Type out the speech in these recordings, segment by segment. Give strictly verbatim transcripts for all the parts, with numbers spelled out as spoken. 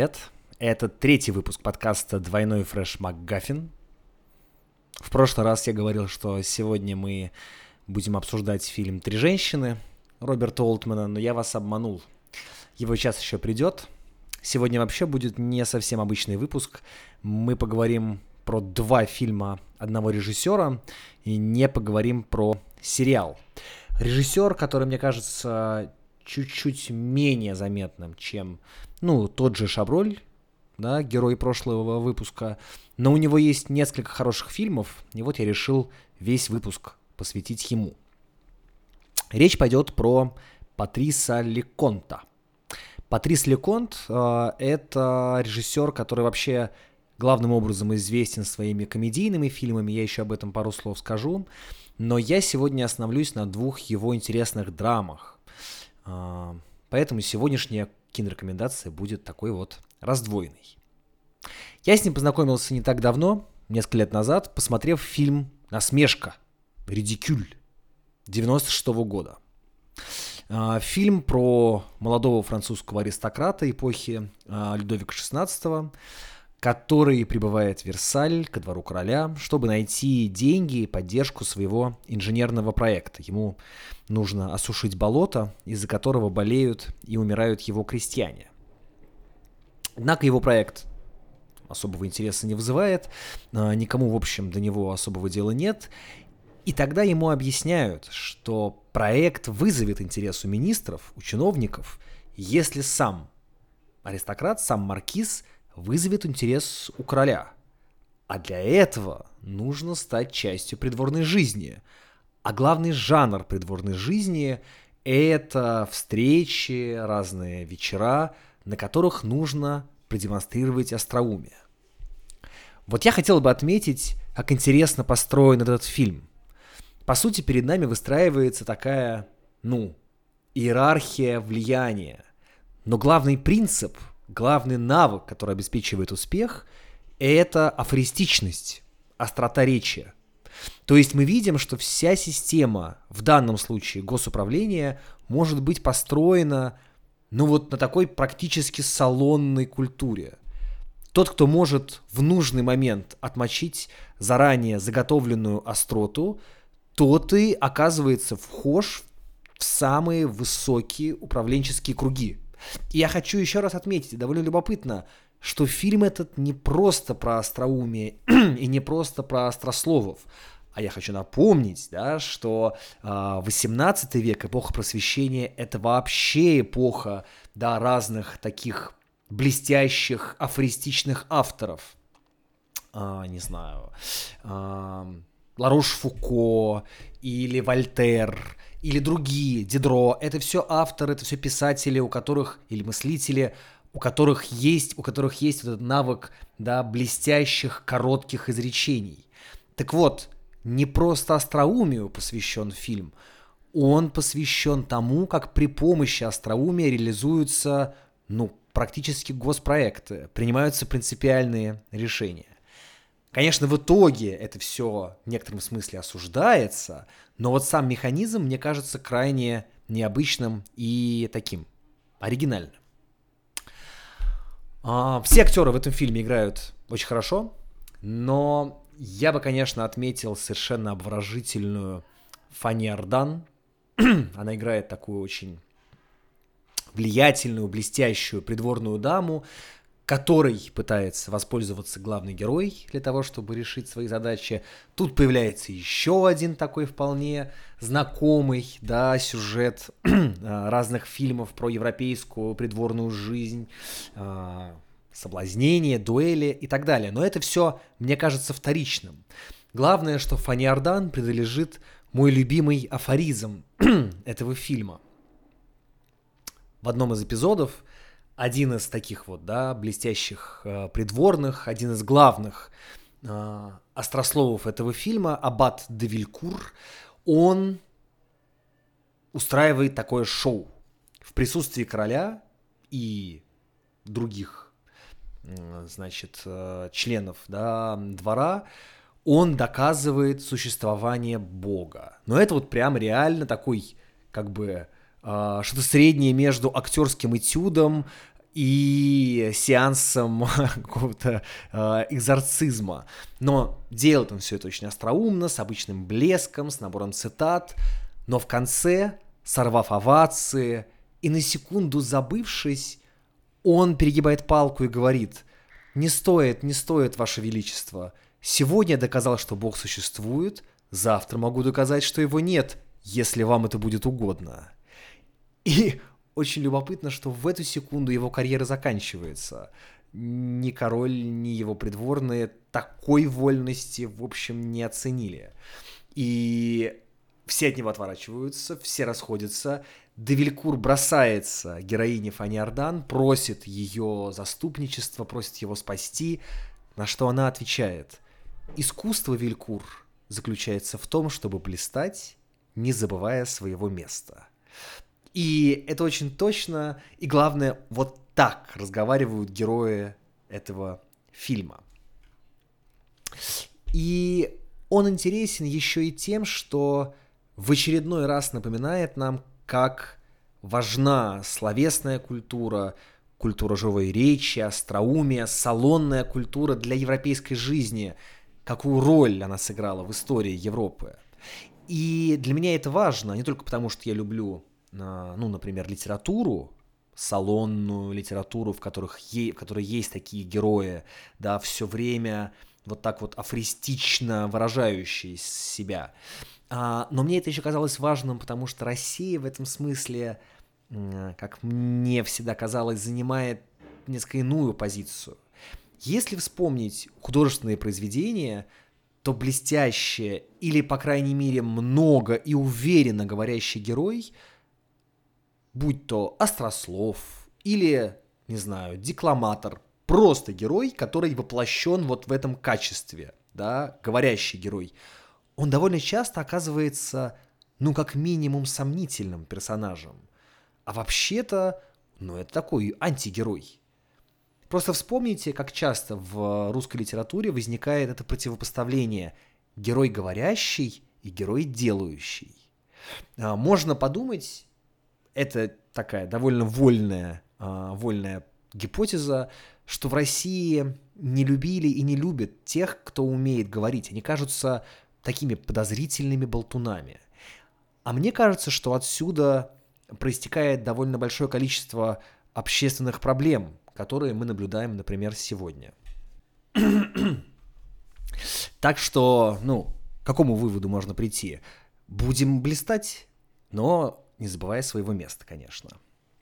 привет! Это третий выпуск подкаста «Двойной фреш МакГаффин». В прошлый раз я говорил, что сегодня мы будем обсуждать фильм «Три женщины» Роберта Олтмана, но я вас обманул. Его час еще придет. Сегодня вообще будет не совсем обычный выпуск. Мы поговорим про два фильма одного режиссера и не поговорим про сериал. Режиссер, который, мне кажется, чуть-чуть менее заметным, чем, ну, тот же Шаброль, да, герой прошлого выпуска, но у него есть несколько хороших фильмов, и вот я решил весь выпуск посвятить ему. Речь пойдет про Патриса Леконта. Патрис Леконт э, — это режиссер, который вообще главным образом известен своими комедийными фильмами, я еще об этом пару слов скажу, но я сегодня остановлюсь на двух его интересных драмах. Э, поэтому сегодняшняя кинорекомендация будет такой вот раздвоенной. Я с ним познакомился не так давно, несколько лет назад, посмотрев фильм «Насмешка», «Ридикюль» девяносто шестого года. Фильм про молодого французского аристократа эпохи Людовика шестнадцатого, который прибывает в Версаль ко двору короля, чтобы найти деньги и поддержку своего инженерного проекта. Ему нужно осушить болото, из-за которого болеют и умирают его крестьяне. Однако его проект особого интереса не вызывает, никому, в общем, до него особого дела нет. И тогда ему объясняют, что проект вызовет интерес у министров, у чиновников, если сам аристократ, сам маркиз вызовет интерес у короля. А для этого нужно стать частью придворной жизни. А главный жанр придворной жизни – это встречи, разные вечера, на которых нужно продемонстрировать остроумие. Вот я хотел бы отметить, как интересно построен этот фильм. По сути, перед нами выстраивается такая, ну, иерархия влияния. Но главный принцип, главный навык, который обеспечивает успех, это афористичность, острота речи. То есть мы видим, что вся система, в данном случае госуправления, может быть построена, ну вот на такой практически салонной культуре. Тот, кто может в нужный момент отмочить заранее заготовленную остроту, тот и оказывается вхож в самые высокие управленческие круги. И я хочу еще раз отметить, довольно любопытно, что фильм этот не просто про остроумие и не просто про острословов. А я хочу напомнить, да, что э, восемнадцатый век, эпоха просвещения, это вообще эпоха, да, разных таких блестящих афористичных авторов. А, не знаю... А, Ларош-Фуко или Вольтер, или другие, Дидро. Это все авторы, это все писатели, у которых, или мыслители, у которых есть, у которых есть этот навык, да, блестящих, коротких изречений. Так вот, не просто остроумию посвящен фильм, он посвящен тому, как при помощи остроумия реализуются, ну, практически госпроекты, принимаются принципиальные решения. Конечно, в итоге это все в некотором смысле осуждается, но вот сам механизм, мне кажется, крайне необычным и таким оригинальным. Все актеры в этом фильме играют очень хорошо, но я бы, конечно, отметил совершенно обворожительную Фанни Ардан. Она играет такую очень влиятельную, блестящую придворную даму, которой пытается воспользоваться главный герой для того, чтобы решить свои задачи. Тут появляется еще один такой вполне знакомый, да, сюжет разных фильмов про европейскую придворную жизнь, соблазнение, дуэли и так далее. Но это все, мне кажется, вторичным. Главное, что Фанни Ардан принадлежит мой любимый афоризм этого фильма. В одном из эпизодов один из таких вот, да, блестящих э, придворных, один из главных э, острословов этого фильма, аббат де Вилькур, он устраивает такое шоу в присутствии короля и других, э, значит, э, членов, да, двора. Он доказывает существование Бога. Но это вот прям реально такой, как бы, э, что-то среднее между актерским этюдом и сеансом какого-то э, экзорцизма. Но делает он все это очень остроумно, с обычным блеском, с набором цитат, но в конце, сорвав овации и на секунду забывшись, он перегибает палку и говорит: «Не стоит, не стоит, Ваше Величество. Сегодня я доказал, что Бог существует, завтра могу доказать, что его нет, если вам это будет угодно». И очень любопытно, что в эту секунду его карьера заканчивается. Ни король, ни его придворные такой вольности, в общем, не оценили. И все от него отворачиваются, все расходятся. де Вилькур бросается героине Фанни Ардан, просит ее заступничества, просит его спасти, на что она отвечает: «Искусство, Вилькур, заключается в том, чтобы блистать, не забывая своего места». И это очень точно, и главное, вот так разговаривают герои этого фильма. И он интересен еще и тем, что в очередной раз напоминает нам, как важна словесная культура, культура живой речи, остроумия, салонная культура для европейской жизни, какую роль она сыграла в истории Европы. И для меня это важно, не только потому, что я люблю, ну, например, литературу, салонную литературу, в, которых е- в которой есть такие герои, да, все время вот так вот афористично выражающие себя. А, но мне это еще казалось важным, потому что Россия в этом смысле, как мне всегда казалось, занимает несколько иную позицию. Если вспомнить художественные произведения, то блестящий или, по крайней мере, много и уверенно говорящий герой, будь то острослов или, не знаю, декламатор, просто герой, который воплощен вот в этом качестве, да, говорящий герой, он довольно часто оказывается, ну, как минимум, сомнительным персонажем. А вообще-то, ну, это такой антигерой. Просто вспомните, как часто в русской литературе возникает это противопоставление герой говорящий и герой делающий. Можно подумать, это такая довольно вольная, вольная гипотеза, что в России не любили и не любят тех, кто умеет говорить. Они кажутся такими подозрительными болтунами. А мне кажется, что отсюда проистекает довольно большое количество общественных проблем, которые мы наблюдаем, например, сегодня. Так что, ну, к какому выводу можно прийти? Будем блистать, но не забывая своего места, конечно.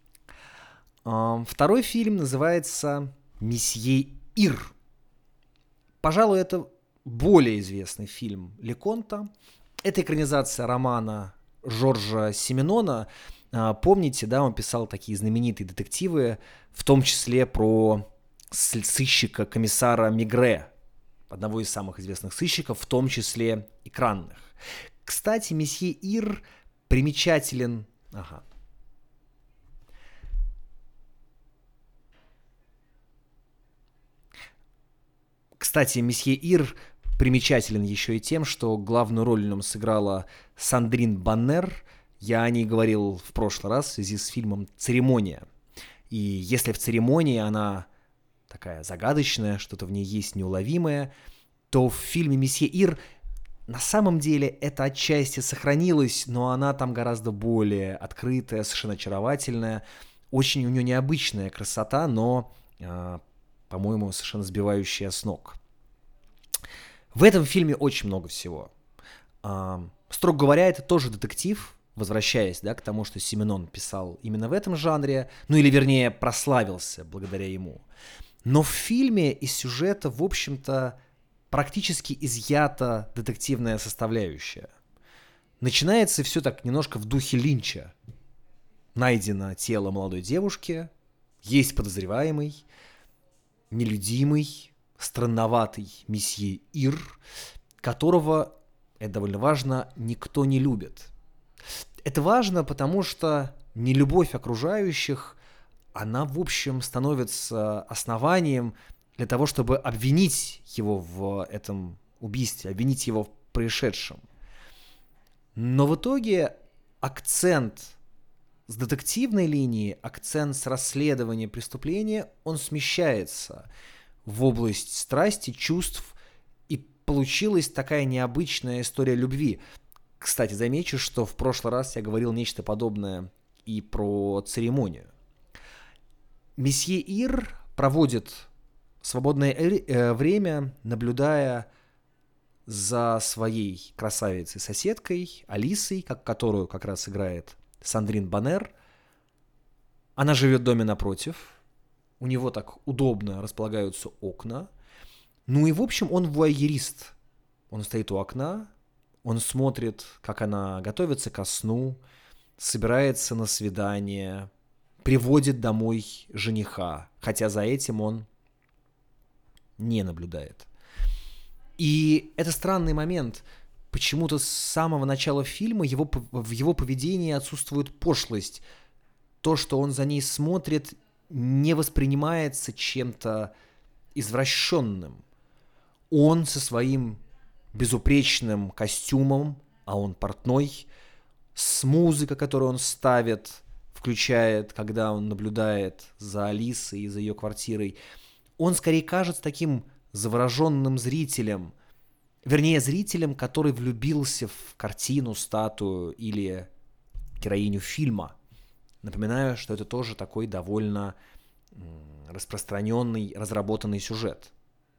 Второй фильм называется «Месье Ир». Пожалуй, это более известный фильм Леконта. Это экранизация романа Жоржа Сименона. Помните, да, он писал такие знаменитые детективы, в том числе про сыщика комиссара Мегре, одного из самых известных сыщиков, в том числе экранных. Кстати, месье Ир примечателен... Ага. Кстати, месье Ир примечателен еще и тем, что главную роль в нем сыграла Сандрин Баннер. Я о ней говорил в прошлый раз в связи с фильмом «Церемония». И если в «Церемонии» она такая загадочная, что-то в ней есть неуловимое, то в фильме «Месье Ир» на самом деле это отчасти сохранилось, но она там гораздо более открытая, совершенно очаровательная. Очень у нее необычная красота, но, э, по-моему, совершенно сбивающая с ног. В этом фильме очень много всего. Э, строго говоря, это тоже детектив, возвращаясь, да, к тому, что Сименон писал именно в этом жанре, ну или, вернее, прославился благодаря ему. Но в фильме из сюжета, в общем-то, практически изъята детективная составляющая. Начинается все так немножко в духе Линча. Найдено тело молодой девушки, есть подозреваемый, нелюдимый, странноватый месье Ир, которого, это довольно важно, никто не любит. Это важно, потому что нелюбовь окружающих, она, в общем, становится основанием для того, чтобы обвинить его в этом убийстве, обвинить его в происшедшем. Но в итоге акцент с детективной линии акцент с расследования преступления, он смещается в область страсти, чувств, и получилась такая необычная история любви. Кстати, замечу, что в прошлый раз я говорил нечто подобное и про церемонию. Месье Ир проводит свободное э, время, наблюдая за своей красавицей-соседкой Алисой, как, которую как раз играет Сандрин Баннер. Она живет в доме напротив. У него так удобно располагаются окна. Ну и, в общем, он вуайерист. Он стоит у окна, он смотрит, как она готовится ко сну, собирается на свидание, приводит домой жениха, хотя за этим он не наблюдает. И это странный момент. Почему-то с самого начала фильма его, в его поведении отсутствует пошлость. То, что он за ней смотрит, не воспринимается чем-то извращенным. Он со своим безупречным костюмом, а он портной, с музыкой, которую он ставит, включает, когда он наблюдает за Алисой и за ее квартирой, он скорее кажется таким завороженным зрителем, вернее, зрителем, который влюбился в картину, статую или героиню фильма. Напоминаю, что это тоже такой довольно распространенный, разработанный сюжет.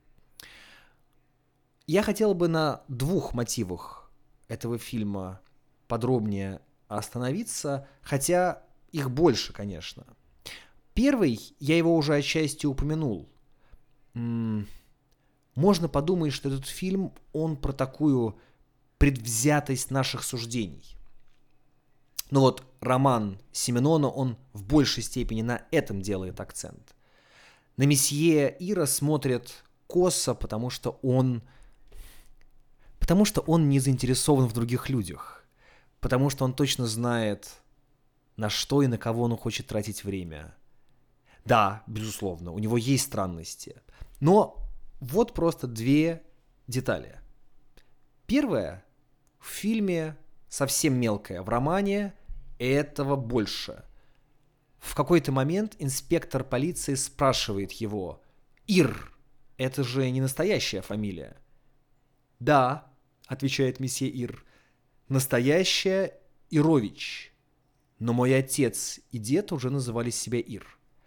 Я хотел бы на двух мотивах этого фильма подробнее остановиться, хотя их больше, конечно. Первый, я его уже отчасти упомянул. Можно подумать, что этот фильм, он про такую предвзятость наших суждений. Но вот роман Сименона, он в большей степени на этом делает акцент. На месье Ира смотрят косо, потому что он... Потому что он не заинтересован в других людях. Потому что он точно знает, на что и на кого он хочет тратить время. Да, безусловно, у него есть странности. Но вот просто две детали. Первое. В фильме совсем мелкое. В романе этого больше. В какой-то момент инспектор полиции спрашивает его: «Ир, это же не настоящая фамилия?» «Да», — отвечает месье Ир, — «настоящаяИрович. Но мой отец и дед уже называли себя Ир».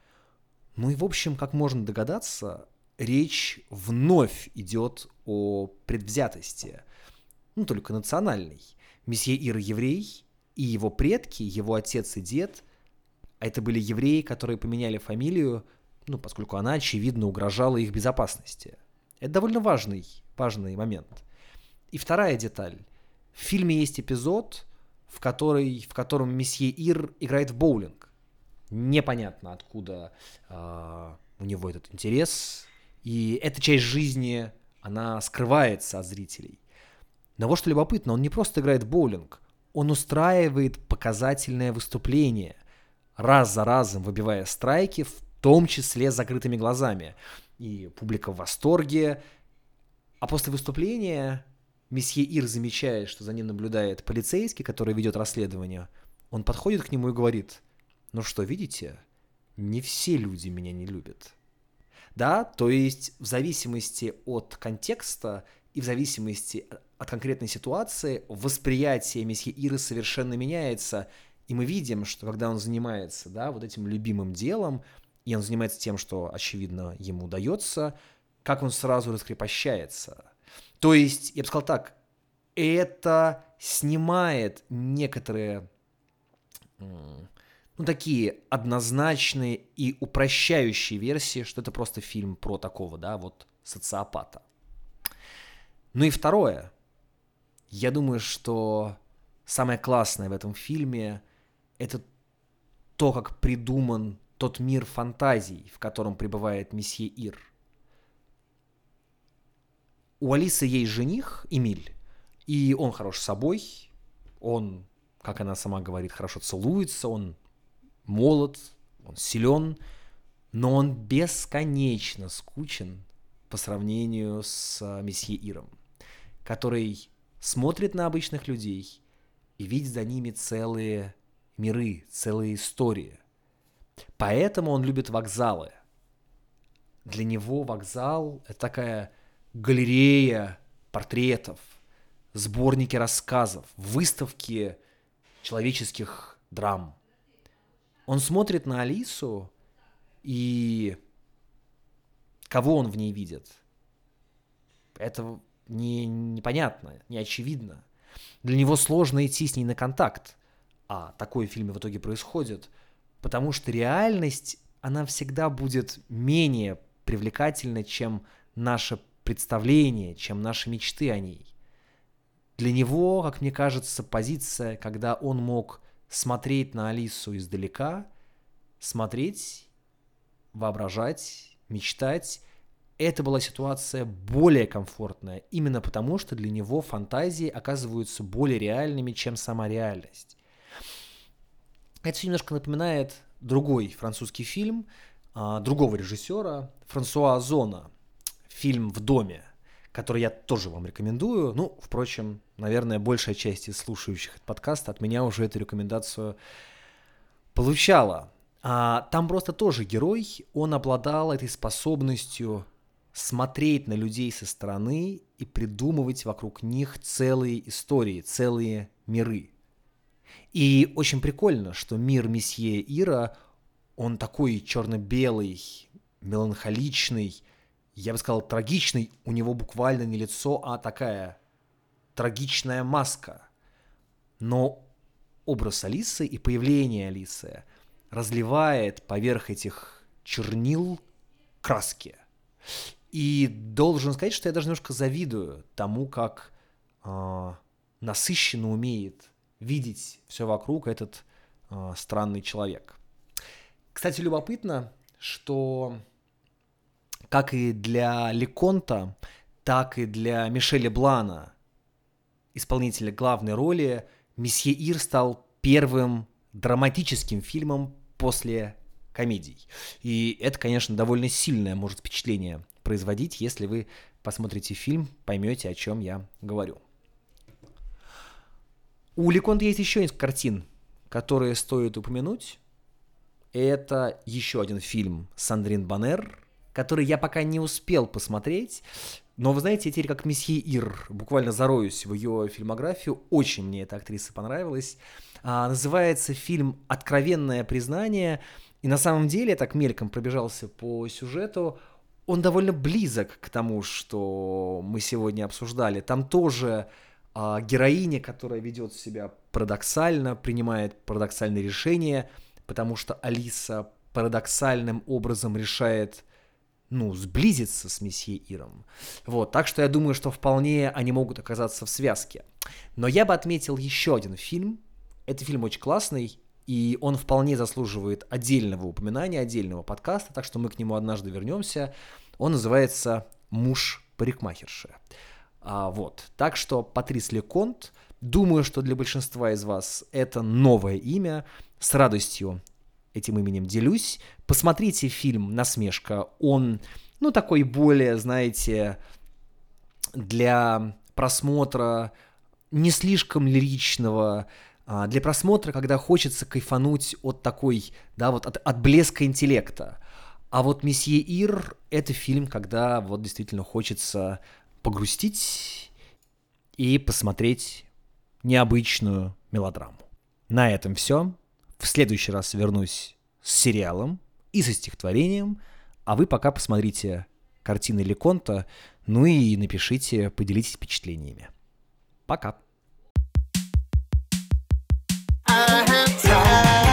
Ну и в общем, как можно догадаться, речь вновь идет о предвзятости, ну только национальной. Месье Ир еврей, и его предки, его отец и дед, а это были евреи, которые поменяли фамилию, ну поскольку она, очевидно, угрожала их безопасности. Это довольно важный, важный момент. И вторая деталь. В фильме есть эпизод, в, который, в котором месье Ир играет в боулинг. Непонятно, откуда э, у него этот интерес. И эта часть жизни, она скрывается от зрителей. Но вот что любопытно, он не просто играет в боулинг, он устраивает показательное выступление, раз за разом выбивая страйки, в том числе с закрытыми глазами. И публика в восторге. А после выступления месье Ир замечает, что за ним наблюдает полицейский, который ведет расследование. Он подходит к нему и говорит: «Ну что, видите, не все люди меня не любят». Да, то есть в зависимости от контекста и в зависимости от конкретной ситуации восприятие месье Иры совершенно меняется. И мы видим, что когда он занимается, да, вот этим любимым делом, и он занимается тем, что, очевидно, ему удается, как он сразу раскрепощается. То есть, я бы сказал так, это снимает некоторые... ну, такие однозначные и упрощающие версии, что это просто фильм про такого, да, вот социопата. Ну и второе. Я думаю, что самое классное в этом фильме — это то, как придуман тот мир фантазий, в котором пребывает месье Ир. У Алисы есть жених, Эмиль, и он хорош собой, он, как она сама говорит, хорошо целуется, он молод, он силен, но он бесконечно скучен по сравнению с месье Иром, который смотрит на обычных людей и видит за ними целые миры, целые истории. Поэтому он любит вокзалы. Для него вокзал — это такая галерея портретов, сборники рассказов, выставки человеческих драм. Он смотрит на Алису, и кого он в ней видит? Это не, непонятно, не очевидно. Для него сложно идти с ней на контакт, а такое в фильме в итоге происходит, потому что реальность, она всегда будет менее привлекательна, чем наше представление, чем наши мечты о ней. Для него, как мне кажется, позиция, когда он мог смотреть на Алису издалека, смотреть, воображать, мечтать, это была ситуация более комфортная, именно потому, что для него фантазии оказываются более реальными, чем сама реальность. Это все немножко напоминает другой французский фильм, другого режиссера, Франсуа Озона, фильм «В доме», который я тоже вам рекомендую. Ну, впрочем, наверное, большая часть из слушающих этот подкаст от меня уже эту рекомендацию получала. А там просто тоже герой, он обладал этой способностью смотреть на людей со стороны и придумывать вокруг них целые истории, целые миры. И очень прикольно, что мир месье Ира, он такой черно-белый, меланхоличный, я бы сказал, трагичный. У него буквально не лицо, а такая трагичная маска. Но образ Алисы и появление Алисы разливает поверх этих чернил краски. И должен сказать, что я даже немножко завидую тому, как э, насыщенно умеет видеть все вокруг этот э, странный человек. Кстати, любопытно, что как и для Леконта, так и для Мишеля Блана, исполнителя главной роли, «Месье Ир» стал первым драматическим фильмом после комедий. И это, конечно, довольно сильное может впечатление производить, если вы посмотрите фильм, поймете, о чем я говорю. У Леконта есть еще несколько картин, которые стоит упомянуть. Это еще один фильм Сандрин Боннер, который я пока не успел посмотреть. Но вы знаете, я теперь как месье Ир буквально зароюсь в ее фильмографию. Очень мне эта актриса понравилась. А, называется фильм «Откровенное признание». И на самом деле, я так мельком пробежался по сюжету, он довольно близок к тому, что мы сегодня обсуждали. Там тоже а, героиня, которая ведет себя парадоксально, принимает парадоксальные решения, потому что Алиса парадоксальным образом решает, ну, сблизиться с месье Иром. Вот, так что я думаю, что вполне они могут оказаться в связке. Но я бы отметил еще один фильм. Это фильм очень классный, и он вполне заслуживает отдельного упоминания, отдельного подкаста, так что мы к нему однажды вернемся. Он называется «Муж парикмахерши». А, вот, так что Патрис Леконт, думаю, что для большинства из вас это новое имя. С радостью этим именем делюсь. Посмотрите фильм «Насмешка». Он, ну, такой более, знаете, для просмотра не слишком лиричного, а для просмотра, когда хочется кайфануть от такой, да, вот от, от блеска интеллекта. А вот «Месье Ир» — это фильм, когда вот действительно хочется погрустить и посмотреть необычную мелодраму. На этом все. В следующий раз вернусь с сериалом и со стихотворением, а вы пока посмотрите картины Леконта, ну и напишите, поделитесь впечатлениями. Пока! I have time.